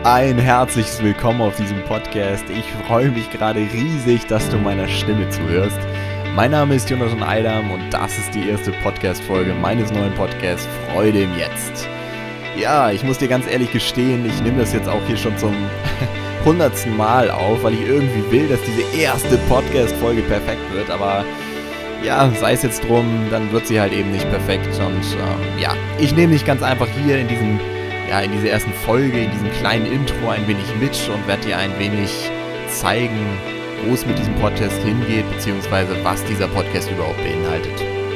Ein herzliches Willkommen auf diesem Podcast. Ich freue mich gerade riesig, dass du meiner Stimme zuhörst. Mein Name ist Jonathan Eidam und das ist die erste Podcast-Folge meines neuen Podcasts Freude im Jetzt. Ja, ich muss dir ganz ehrlich gestehen, ich nehme das jetzt auch hier schon zum 100. Mal auf, weil ich irgendwie will, dass diese erste Podcast-Folge perfekt wird, aber ja, sei es jetzt drum, dann wird sie halt eben nicht perfekt und ich nehme dich ganz einfach hier in dieser ersten Folge, in diesem kleinen Intro ein wenig mit und werde dir ein wenig zeigen, wo es mit diesem Podcast hingeht, beziehungsweise was dieser Podcast überhaupt beinhaltet.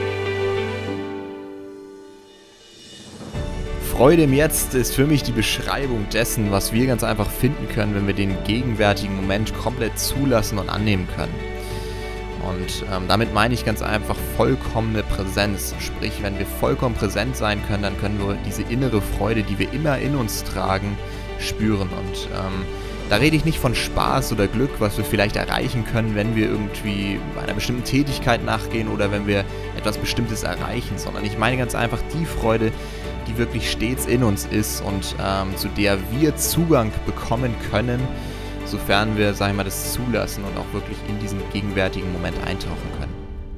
Freude im Jetzt ist für mich die Beschreibung dessen, was wir ganz einfach finden können, wenn wir den gegenwärtigen Moment komplett zulassen und annehmen können. Und damit meine ich ganz einfach vollkommene Präsenz. Sprich, wenn wir vollkommen präsent sein können, dann können wir diese innere Freude, die wir immer in uns tragen, spüren. Und da rede ich nicht von Spaß oder Glück, was wir vielleicht erreichen können, wenn wir irgendwie einer bestimmten Tätigkeit nachgehen oder wenn wir etwas Bestimmtes erreichen, sondern ich meine ganz einfach die Freude, die wirklich stets in uns ist und zu der wir Zugang bekommen können, sofern wir, das zulassen und auch wirklich in diesen gegenwärtigen Moment eintauchen können.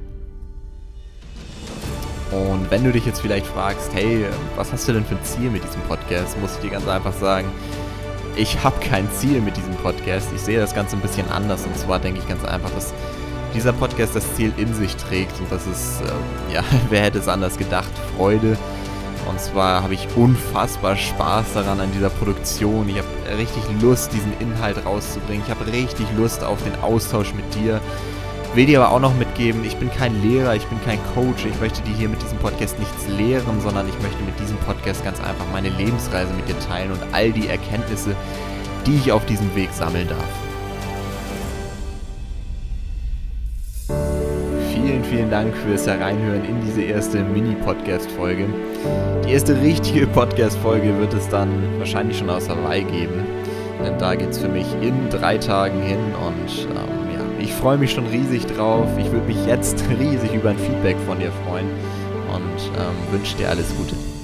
Und wenn du dich jetzt vielleicht fragst, hey, was hast du denn für ein Ziel mit diesem Podcast, muss ich dir ganz einfach sagen, ich habe kein Ziel mit diesem Podcast. Ich sehe das Ganze ein bisschen anders und zwar denke ich ganz einfach, dass dieser Podcast das Ziel in sich trägt und das ist, wer hätte es anders gedacht, Freude. Und zwar habe ich unfassbar Spaß daran an dieser Produktion. Ich habe richtig Lust, diesen Inhalt rauszubringen. Ich habe richtig Lust auf den Austausch mit dir. Will dir aber auch noch mitgeben, ich bin kein Lehrer, ich bin kein Coach. Ich möchte dir hier mit diesem Podcast nichts lehren, sondern ich möchte mit diesem Podcast ganz einfach meine Lebensreise mit dir teilen und all die Erkenntnisse, die ich auf diesem Weg sammeln darf. Vielen Dank fürs Hereinhören in diese erste Mini-Podcast-Folge. Die erste richtige Podcast-Folge wird es dann wahrscheinlich schon aus Hawaii geben, denn da geht es für mich in 3 Tagen hin und ich freue mich schon riesig drauf. Ich würde mich jetzt riesig über ein Feedback von dir freuen und wünsche dir alles Gute.